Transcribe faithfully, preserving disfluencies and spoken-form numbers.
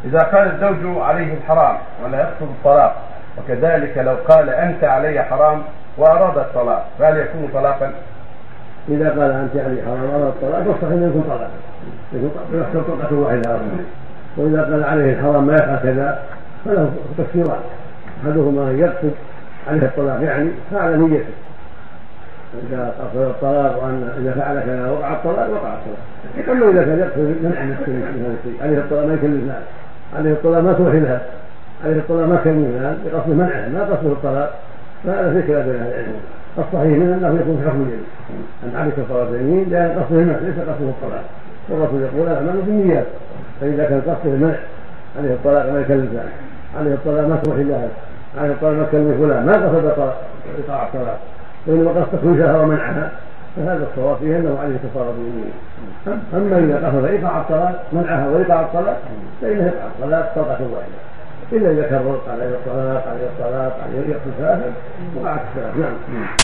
إذا قال الزوج عليه الحرام ولا يقصد الطلاق، وكذلك لو قال أنت علي حرام وأراد الطلاق، فهل يكون طلاقا؟ إذا قال أنت علي حرام وأراد الطلاق فالصحيح أنه يكون طلاقا، يحصل طلقة واحدة. وإذا قال عليه الحرام ما يفعل كذا فله تفسيران، أحدهما أن يقصد عليه الطلاق يعني فعل نيته، إذا قصد الطلاق وأن إذا فعل كذا وقع الطلاق وقع الطلاق. أما إذا كان يقصد منع نفسه من هذا الشيء، عليه الطلاق ما يكلف مال، عليه الطلاق ما تروح لها، عليه الطلاق ما كلف مال بقصد منعه ما قصده الطلاق، فهذا في خلاف بين أهل العلم. الصحيح من أنه يكون في حكم اليمين أن عليك كفارة يمين لأن قصده المنع ليس قصده الطلاق، والرسول يقول الأعمال بالنيات، فإذا كان قصده المنع عليه الطلاق ما يكلف مال، عليه الطلاق ما تروح لها، عليه الطلاق ما كلف فلان ما قصد إيقاع الطلاق، وإنما قصد تخريجها ومنعها، فهذا الصواب فيه أنه عليه كفارة يمين. أما إذا قصد إيقاع الطلاق منعها وإيقاع الطلاق فإنه يقع الطلاق طلقة واحدة، إلا إذا كرر عليه الطلاق عليه الطلاق عليه يقصد ثلاثة وقعت الثلاث. نعم.